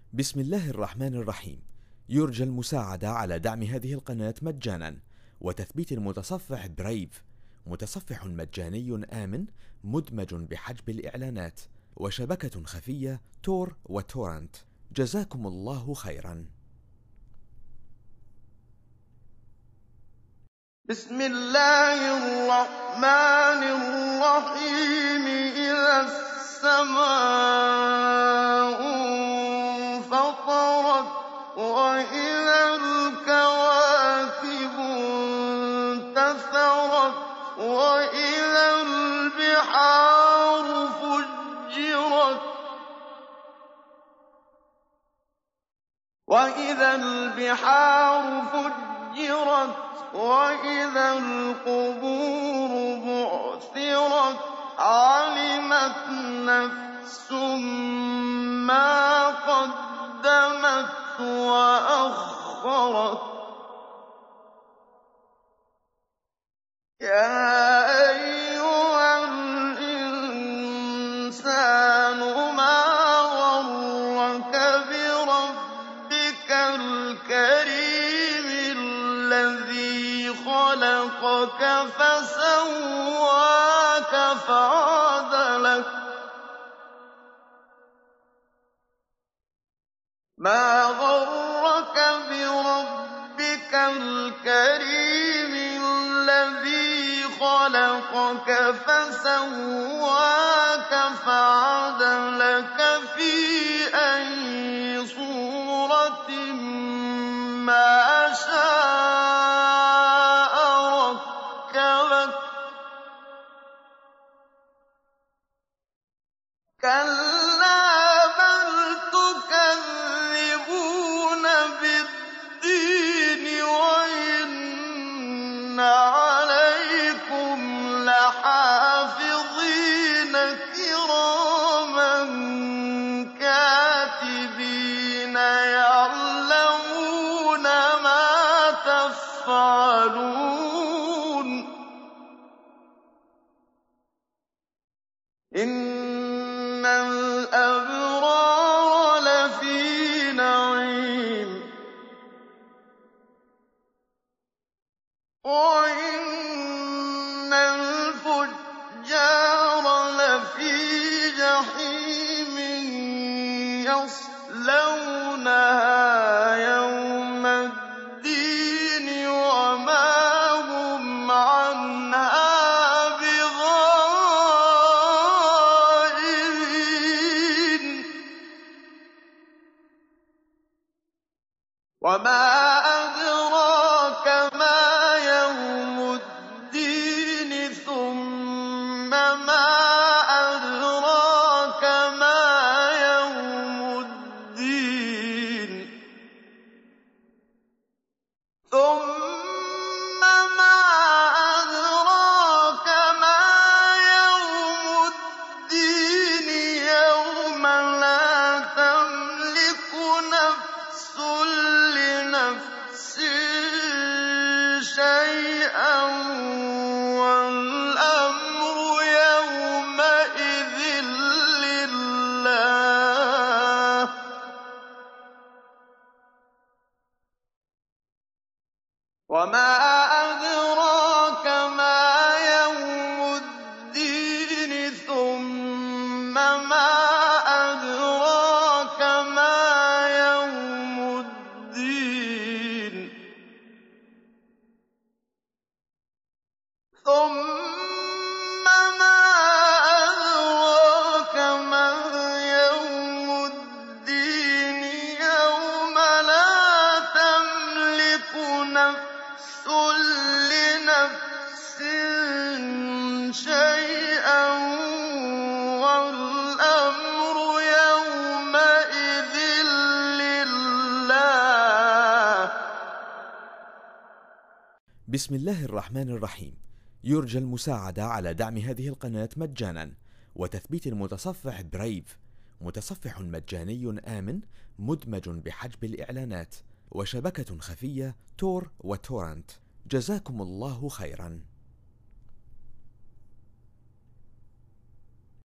بسم الله الرحمن الرحيم. يرجى المساعدة على دعم هذه القناة مجانا وتثبيت المتصفح برايف، متصفح مجاني آمن مدمج بحجب الإعلانات وشبكة خفية تور وتورنت. جزاكم الله خيرا. بسم الله الرحمن الرحيم. إذا السماء انفطرت وإذا الكواكب انتثرت وإذا البحار فجرت وإذا القبور بعثرت علمت نفس ما قدمت وأخرت. يا أيها الإنسان ما غرك بربك الكريم الذي خلقك فسواك فعدلك. ما غرك بربك الكريم الذي خلقك فسواك فعدلك في أي صورة ما شاء ركبك. كلا بل تكذبون بالدين وإن عليكم لحافظين كراما كاتبين يعلمون ما تفعلون. إن الأبرار لفي نعيم وإن الفجار لفي جحيم يصلونها يوم الدين وما هم عنها بغائبين. وما أدراك ما يوم الدين ثم ما أدراك ما يوم الدين ثم ما أدراك ما يوم الدين يوم لا تملك نفس لنفس شيئا والأمر يومئذ لله. وما أدراك ما يوم الدين ثم ما أدراك ما يوم الدين ثم ما أدراك ما يوم الدين يوم لا تملك نفس لنفس شيئا والأمر يومئذ لله. بسم الله الرحمن الرحيم. يرجى المساعدة على دعم هذه القناة مجانا وتثبيت المتصفح برايف، متصفح مجاني آمن مدمج بحجب الإعلانات وشبكة خفية تور وتورنت. جزاكم الله خيرا.